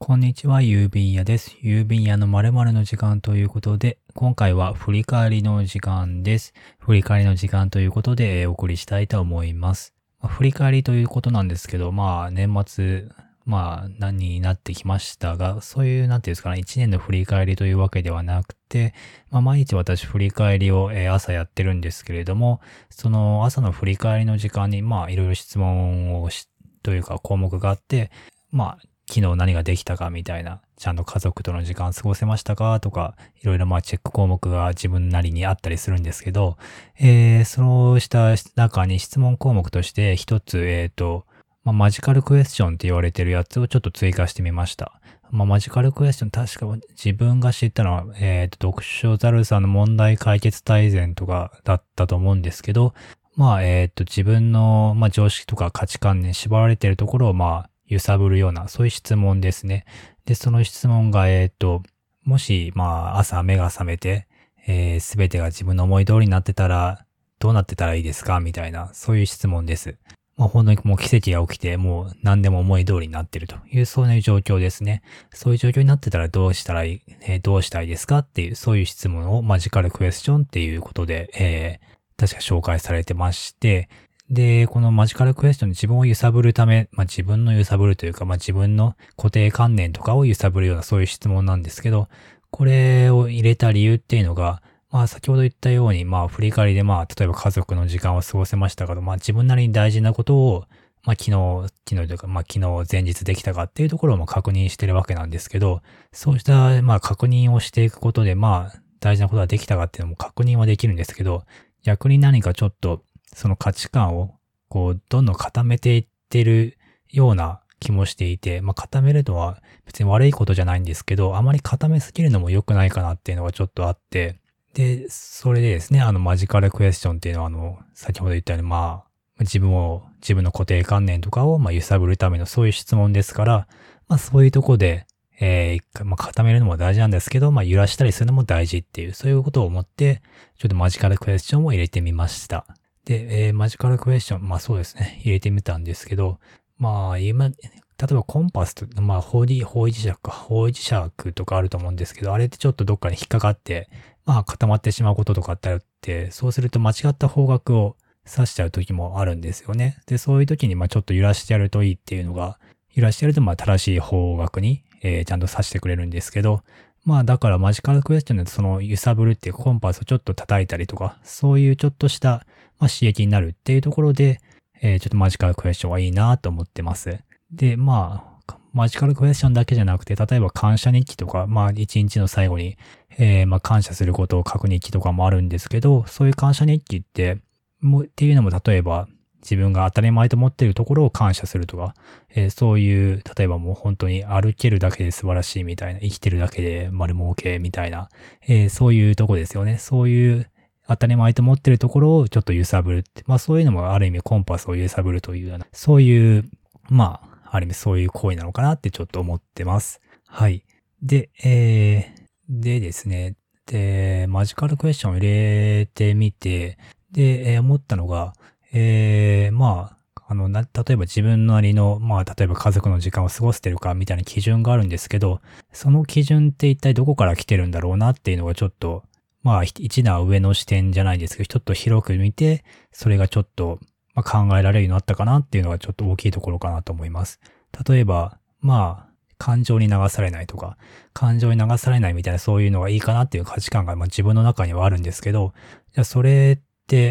こんにちは、郵便屋です。郵便屋の〇〇の時間ということで、今回は振り返りの時間です。振り返りの時間ということで、お送りしたいと思います。振り返りということなんですけど、年末、何になってきましたが、そういう、なんていうんですかね、一年の振り返りというわけではなくて、毎日私振り返りを、朝やってるんですけれども、その朝の振り返りの時間に、いろいろ質問をというか項目があって、昨日何ができたかみたいな、ちゃんと家族との時間過ごせましたかとか、いろいろチェック項目が自分なりにあったりするんですけど、そうした中に質問項目として一つ、マジカルクエスチョンって言われてるやつをちょっと追加してみました。マジカルクエスチョン確か自分が知ったのは、読書ザルさんの問題解決大全とかだったと思うんですけど、自分の、常識とか価値観に縛られているところを、揺さぶるような、そういう質問ですね。で、その質問が、もし、朝目が覚めて、すべてが自分の思い通りになってたら、どうなってたらいいですかみたいな、そういう質問です。本当にもう奇跡が起きて、もう何でも思い通りになってるという、そういう状況ですね。そういう状況になってたらどうしたいですかっていう、そういう質問をマジカルクエスチョンっていうことで、確か紹介されてまして、で、このマジカルクエスチョンに自分を揺さぶるため、自分の揺さぶるというか、自分の固定観念とかを揺さぶるようなそういう質問なんですけど、これを入れた理由っていうのが、先ほど言ったように、振り返りで例えば家族の時間を過ごせましたけど、自分なりに大事なことを、昨日というか、昨日前日できたかっていうところを確認してるわけなんですけど、そうした、確認をしていくことで、大事なことができたかっていうのも確認はできるんですけど、逆に何かちょっと、その価値観を、どんどん固めていってるような気もしていて、固めるのは別に悪いことじゃないんですけど、あまり固めすぎるのも良くないかなっていうのがちょっとあって、で、それでですね、マジカルクエスチョンっていうのは、先ほど言ったように、自分の固定観念とかを、揺さぶるためのそういう質問ですから、そういうとこで、一回、固めるのも大事なんですけど、揺らしたりするのも大事っていう、そういうことを思って、ちょっとマジカルクエスチョンを入れてみました。で、マジカルクエスチョン、そうですね、入れてみたんですけど、今、例えばコンパスと、方位磁石とかあると思うんですけど、あれってちょっとどっかに引っかかって、固まってしまうこととかってあって、そうすると間違った方角を指しちゃう時もあるんですよね。で、そういう時にちょっと揺らしてやるといいっていうのが、揺らしてやると正しい方角に、ちゃんと指してくれるんですけど、だからマジカルクエスチョンでその揺さぶるっていうコンパスをちょっと叩いたりとか、そういうちょっとした、刺激になるっていうところで、ちょっとマジカルクエスチョンはいいなと思ってます。で、マジカルクエスチョンだけじゃなくて、例えば感謝日記とか、一日の最後に、感謝することを書く日記とかもあるんですけど、そういう感謝日記っていうのも例えば、自分が当たり前と思っているところを感謝するとか、そういう、例えばもう本当に歩けるだけで素晴らしいみたいな、生きてるだけで丸儲けみたいな、そういうとこですよね。そういう当たり前と思っているところをちょっと揺さぶるって、そういうのもある意味コンパスを揺さぶるというような、そういう、ある意味そういう行為なのかなってちょっと思ってます。はい。で、でですね、で、マジカルクエスチョンを入れてみて、で、思ったのが、例えば自分なりの、例えば家族の時間を過ごせてるかみたいな基準があるんですけど、その基準って一体どこから来てるんだろうなっていうのがちょっと、一段上の視点じゃないですけど、ちょっと広く見て、それがちょっと、考えられるようになったかなっていうのがちょっと大きいところかなと思います。例えば、感情に流されないとか、感情に流されないみたいなそういうのがいいかなっていう価値観が自分の中にはあるんですけど、じゃあそれって、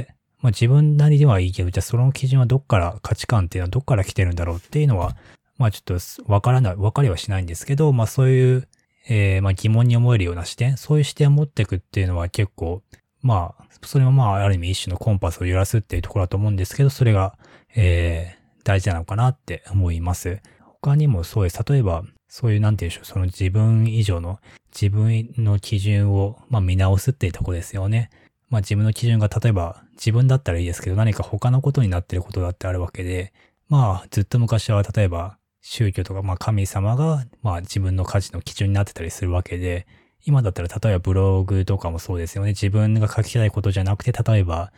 自分なりではいいけど、じゃあその基準は価値観っていうのはどっから来てるんだろうっていうのは、ちょっとわかりはしないんですけど、そういう、疑問に思えるような視点、そういう視点を持っていくっていうのは結構、それもある意味一種のコンパスを揺らすっていうところだと思うんですけど、それが、大事なのかなって思います。他にもそうです。例えば、そういう、なんていうんでしょう、その自分以上の、自分の基準を、見直すっていうところですよね。自分の基準が例えば自分だったらいいですけど何か他のことになっていることだってあるわけで、ずっと昔は例えば宗教とか神様が自分の価値の基準になってたりするわけで、今だったら例えばブログとかもそうですよね。自分が書きたいことじゃなくて、例えば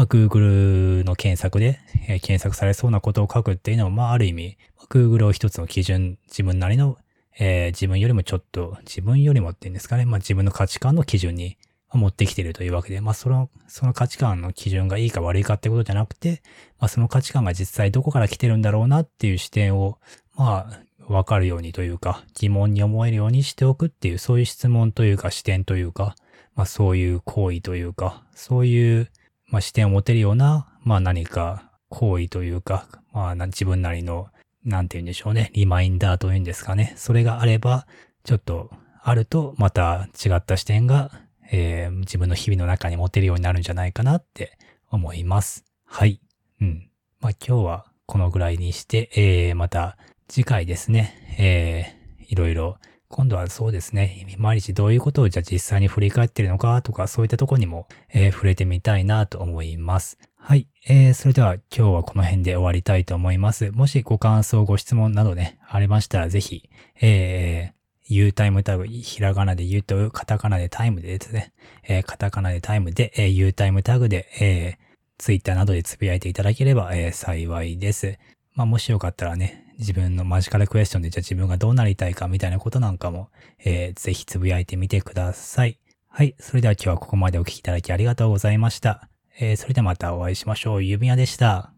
Google の検索で、検索されそうなことを書くっていうのはある意味Google を一つの基準、自分なりの自分よりもちょっと、自分よりもっていうんですかね、自分の価値観の基準に持ってきているというわけで、その価値観の基準がいいか悪いかってことじゃなくて、その価値観が実際どこから来てるんだろうなっていう視点を、わかるようにというか、疑問に思えるようにしておくっていう、そういう質問というか視点というか、そういう行為というか、そういう、視点を持てるような、何か行為というか、自分なりの、なんて言うんでしょうね、リマインダーというんですかね。それがあれば、ちょっとあると、また違った視点が、自分の日々の中に持てるようになるんじゃないかなって思います。はい。今日はこのぐらいにして、また次回ですね、いろいろ、今度はそうですね、毎日どういうことをじゃあ実際に振り返ってるのかとか、そういったところにも、触れてみたいなと思います。はい。それでは今日はこの辺で終わりたいと思います。もしご感想、ご質問などね、ありましたらぜひ、U タイムタグ、ひらがなで U とカタカナでタイムでですね、カタカナでタイムで、U タイムタグで、ツイッターなどでつぶやいていただければ、幸いです。もしよかったらね、自分のマジカルクエスチョンでじゃあ自分がどうなりたいかみたいなことなんかも、ぜひつぶやいてみてください。はい。それでは今日はここまでお聞きいただきありがとうございました。それではまたお会いしましょう。ゆびやでした。